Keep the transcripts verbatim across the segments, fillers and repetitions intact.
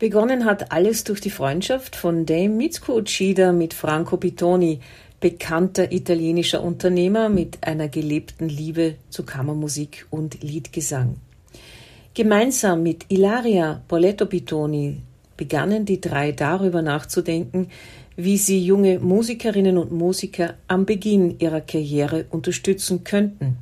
Begonnen hat alles durch die Freundschaft von Dame Mitsuko Uchida mit Franco Pittoni, bekannter italienischer Unternehmer mit einer gelebten Liebe zu Kammermusik und Liedgesang. Gemeinsam mit Ilaria Poletto Pittoni begannen die drei darüber nachzudenken, wie sie junge Musikerinnen und Musiker am Beginn ihrer Karriere unterstützen könnten.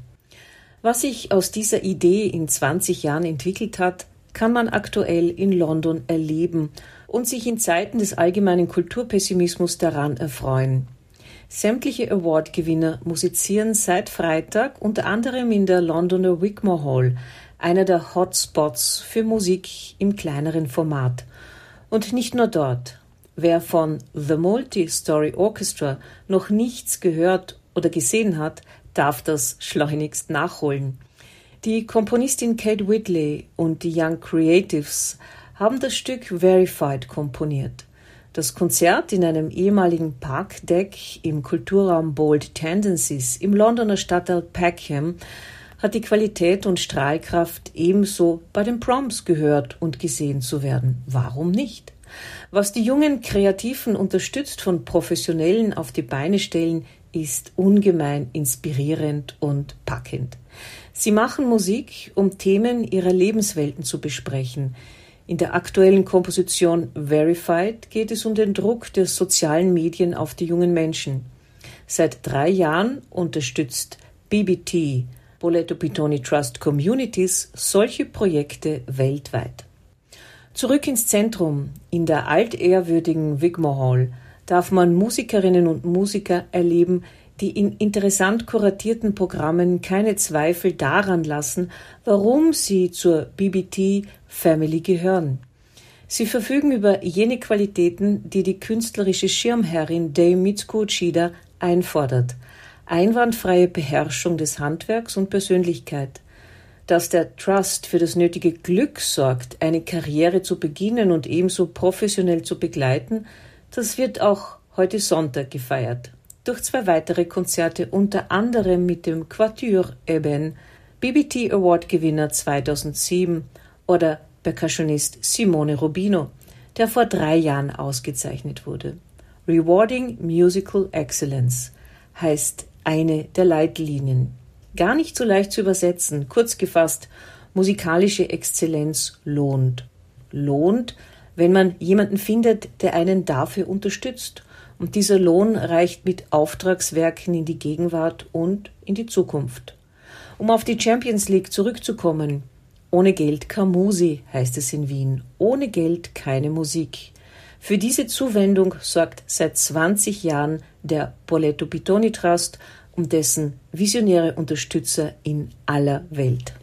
Was sich aus dieser Idee in zwanzig Jahren entwickelt hat, kann man aktuell in London erleben und sich in Zeiten des allgemeinen Kulturpessimismus daran erfreuen. Sämtliche Award-Gewinner musizieren seit Freitag unter anderem in der Londoner Wigmore Hall, einer der Hotspots für Musik im kleineren Format. Und nicht nur dort. Wer von The Multi-Story Orchestra noch nichts gehört oder gesehen hat, darf das schleunigst nachholen. Die Komponistin Kate Whitley und die Young Creatives haben das Stück Verified komponiert. Das Konzert in einem ehemaligen Parkdeck im Kulturraum Bold Tendencies im Londoner Stadtteil Peckham hat die Qualität und Strahlkraft ebenso bei den Proms gehört und gesehen zu werden. Warum nicht? Was die jungen Kreativen unterstützt von Professionellen auf die Beine stellen, ist ungemein inspirierend und packend. Sie machen Musik, um Themen ihrer Lebenswelten zu besprechen. In der aktuellen Komposition Verified geht es um den Druck der sozialen Medien auf die jungen Menschen. Seit drei Jahren unterstützt B B T, Poletto Pittoni Trust Communities, solche Projekte weltweit. Zurück ins Zentrum, in der altehrwürdigen Wigmore Hall, darf man Musikerinnen und Musiker erleben, die in interessant kuratierten Programmen keine Zweifel daran lassen, warum sie zur B B T Family gehören. Sie verfügen über jene Qualitäten, die die künstlerische Schirmherrin Dame Mitsuko Uchida einfordert. Einwandfreie Beherrschung des Handwerks und Persönlichkeit. Dass der Trust für das nötige Glück sorgt, eine Karriere zu beginnen und ebenso professionell zu begleiten, das wird auch heute Sonntag gefeiert. Durch zwei weitere Konzerte, unter anderem mit dem Quatuor Eben, B B T Award-Gewinner zweitausendsieben oder Percussionist Simone Rubino, der vor drei Jahren ausgezeichnet wurde. Rewarding Musical Excellence heißt eine der Leitlinien. Gar nicht so leicht zu übersetzen, kurz gefasst, musikalische Exzellenz lohnt. Lohnt, wenn man jemanden findet, der einen dafür unterstützt. Und dieser Lohn reicht mit Auftragswerken in die Gegenwart und in die Zukunft. Um auf die Champions League zurückzukommen, ohne Geld keine Musi, heißt es in Wien. Ohne Geld keine Musik. Für diese Zuwendung sorgt seit zwanzig Jahren der Poletto Pittoni Trust, um dessen visionäre Unterstützer in aller Welt.